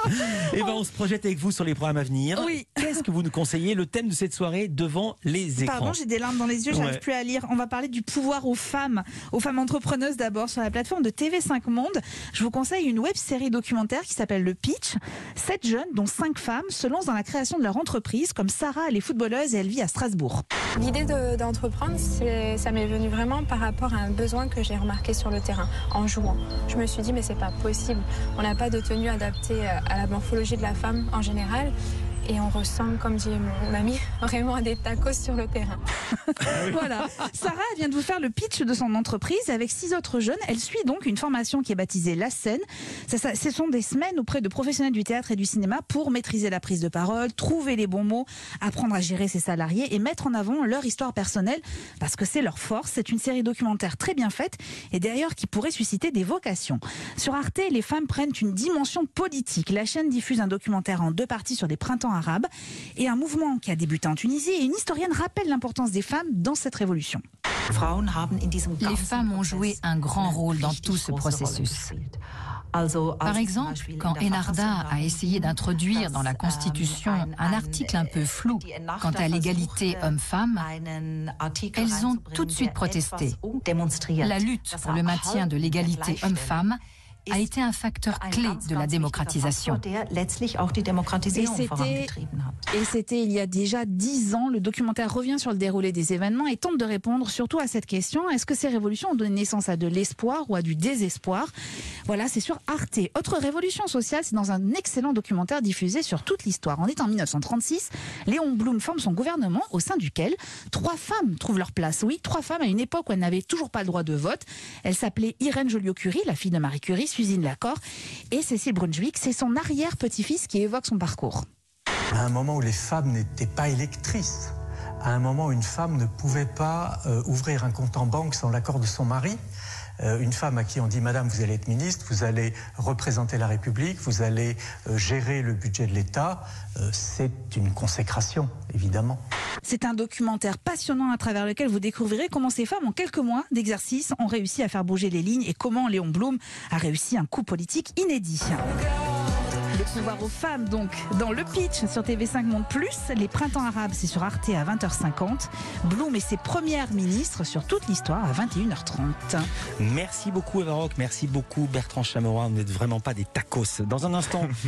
Et on se projette avec vous sur les programmes à venir. Oui. Qu'est-ce que vous nous conseillez, le thème de cette soirée devant les écrans? Pardon, j'ai des larmes dans les yeux, j'arrive plus à lire. On va parler du pouvoir aux femmes entrepreneuses d'abord sur la plateforme de TV5 Monde. Je vous conseille une web-série documentaire qui s'appelle Le Pitch. 7 jeunes, dont 5 femmes, se lancent dans la création de leur entreprise. Comme Sarah, elle est footballeuse et elle vit à Strasbourg. L'idée d'entreprendre, ça m'est venu vraiment par rapport à un besoin que j'ai remarqué sur le terrain, en jouant. Je me suis dit, mais c'est pas possible. On n'a pas de tenue adaptée à la morphologie de la femme en général. Et on ressemble, comme dit mon ami, vraiment à des tacos sur le terrain. Voilà. Sarah vient de vous faire le pitch de son entreprise avec 6 autres jeunes. Elle suit donc une formation qui est baptisée La Scène. Ce sont des semaines auprès de professionnels du théâtre et du cinéma pour maîtriser la prise de parole, trouver les bons mots, apprendre à gérer ses salariés et mettre en avant leur histoire personnelle parce que c'est leur force. C'est une série documentaire très bien faite et d'ailleurs qui pourrait susciter des vocations. Sur Arte, les femmes prennent une dimension politique. La chaîne diffuse un documentaire en 2 parties sur des printemps arabes et un mouvement qui a débuté en Tunisie et une historienne rappelle l'importance des femmes dans cette révolution. Les femmes ont joué un grand rôle dans tout ce processus. Par exemple, quand Enarda a essayé d'introduire dans la Constitution un article un peu flou quant à l'égalité homme-femme, elles ont tout de suite protesté. La lutte pour le maintien de l'égalité homme-femme a été un facteur clé de la démocratisation. Et c'était il y a déjà 10 ans. Le documentaire revient sur le déroulé des événements et tente de répondre surtout à cette question. Est-ce que ces révolutions ont donné naissance à de l'espoir ou à du désespoir? Voilà, c'est sur Arte. Autre révolution sociale, c'est dans un excellent documentaire diffusé sur toute l'histoire. On est en 1936. Léon Blum forme son gouvernement au sein duquel 3 femmes trouvent leur place. Oui, 3 femmes à une époque où elles n'avaient toujours pas le droit de vote. Elles s'appelaient Irène Joliot-Curie, la fille de Marie Curie, Suzine Lacor et Cécile Brunswick. C'est son arrière-petit-fils qui évoque son parcours. À un moment où les femmes n'étaient pas électrices, à un moment où une femme ne pouvait pas ouvrir un compte en banque sans l'accord de son mari, une femme à qui on dit « Madame, vous allez être ministre, vous allez représenter la République, vous allez gérer le budget de l'État », c'est une consécration, évidemment. C'est un documentaire passionnant à travers lequel vous découvrirez comment ces femmes, en quelques mois d'exercice, ont réussi à faire bouger les lignes et comment Léon Blum a réussi un coup politique inédit. Le pouvoir aux femmes, donc, dans Le Pitch sur TV5 Monde Plus. Les printemps arabes, c'est sur Arte à 20h50. Blum et ses premières ministres sur toute l'histoire à 21h30. Merci beaucoup Eva Rock, merci beaucoup Bertrand Chameroy. Vous n'êtes vraiment pas des tacos. Dans un instant...